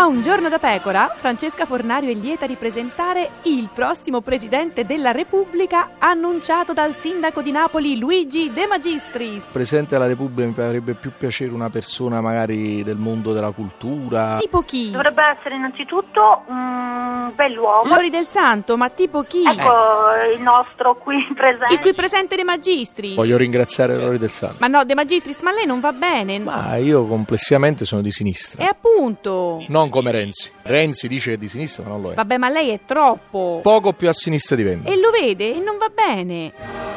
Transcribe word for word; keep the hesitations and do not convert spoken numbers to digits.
A Un giorno da pecora, Francesca Fornario è lieta di presentare il prossimo presidente della Repubblica annunciato dal sindaco di Napoli Luigi De Magistris. Presidente della Repubblica mi farebbe più piacere una persona magari del mondo della cultura. Tipo chi? Dovrebbe essere innanzitutto un bell'uomo. Lori del Santo, ma tipo chi? Ecco eh. il nostro qui presente. Il qui presente De Magistris. Voglio ringraziare Lori del Santo. Ma no, De Magistris, ma lei non va bene. Ma io complessivamente sono di sinistra. E appunto. Non come Renzi. Renzi dice che è di sinistra, ma non lo è. Vabbè, ma lei è troppo. Poco più a sinistra di Venne. E lo vede e non va bene.